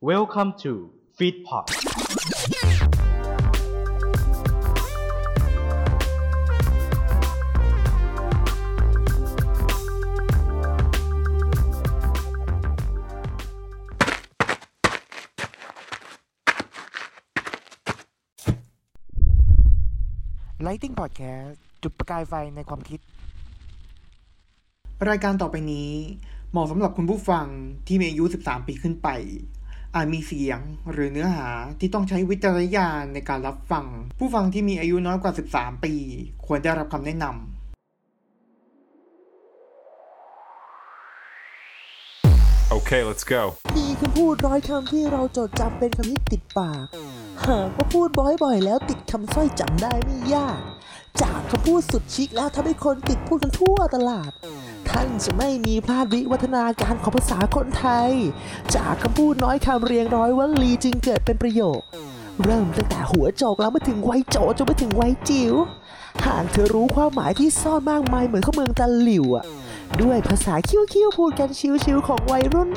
Welcome to Feedpot Lighting Podcast จุดประกายไฟในความคิดรายการต่อไปนี้เหมาะสำหรับคุณผู้ฟังที่มีอายุ13 ปีขึ้นไปอาจมีเสียงหรือเนื้อหาที่ต้องใช้วิจารณญาณในการรับฟังผู้ฟังที่มีอายุน้อยกว่า13 ปีควรได้รับคำแนะนำ Okay, let's go. มีคำพูด100 คำที่เราจดจำเป็นคำที่ติดปากหากว่าพูดบ่อยๆแล้วติดคำสร้อยจำได้ไม่ยากจากคำพูดสุดชิคแล้วทำให้คนติดพูดกันทั่วตลาดท่านจะไม่มีพลาดวิวัฒนาการของภาษาคนไทยจากคำพูดน้อยคำเรียงร้อยวลีจึงเกิดเป็นประโยคเริ่มตั้งแต่หัวโจกแล้วมาถึงวัยโจจนไปถึงวัยจิ๋วหากเธอรู้ความหมายที่ซ่อนมากมายเหมือนข้าวเมืองตะหลิวด้วยภาษาคิ้วๆพูดกันชิวๆของวัยรุ่น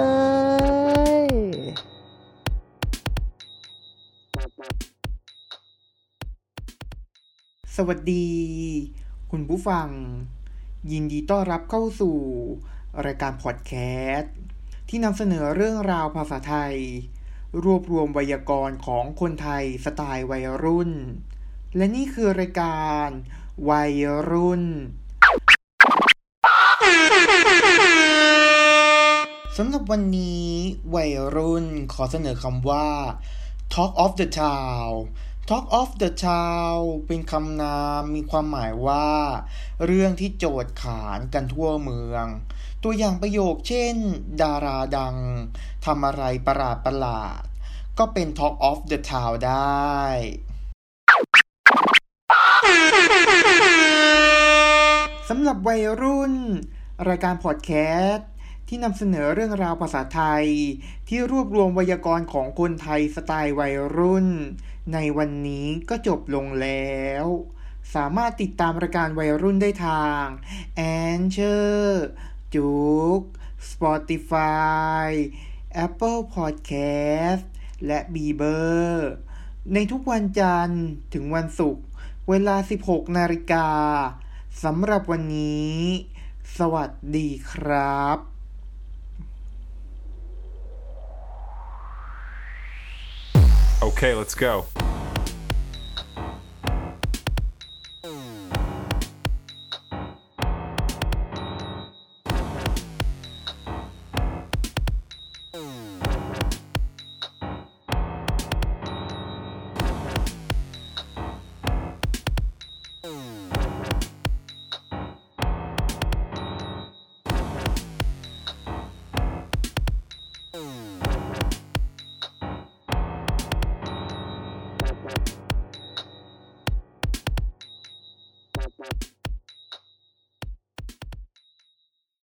สวัสดีคุณผู้ฟังยินดีต้อนรับเข้าสู่รายการพอดแคสต์ที่นำเสนอเรื่องราวภาษาไทยรวบรวมไวยากรณ์ของคนไทยสไตล์วัยรุ่นและนี่คือรายการวัยรุ่นสำหรับวันนี้วัยรุ่นขอเสนอคำว่า Talk of the Town Talk of the Town เป็นคำนามมีความหมายว่าเรื่องที่โจทย์ขานกันทั่วเมืองตัวอย่างประโยคเช่นดาราดังทำอะไรประหลาดก็เป็น Talk of the Town ได้สำหรับวัยรุ่นรายการพอดแคสต์ที่นำเสนอเรื่องราวภาษาไทยที่รวบรวมไวยากรณ์ของคนไทยสไตล์วัยรุ่นในวันนี้ก็จบลงแล้วสามารถติดตามรายการวัยรุ่นได้ทาง Anchor จุก Spotify Apple Podcast และ Bieber ในทุกวันจันทร์ถึงวันศุกร์เวลา 16 นาฬิกาสำหรับวันนี้สวัสดีครับ Okay, let's go.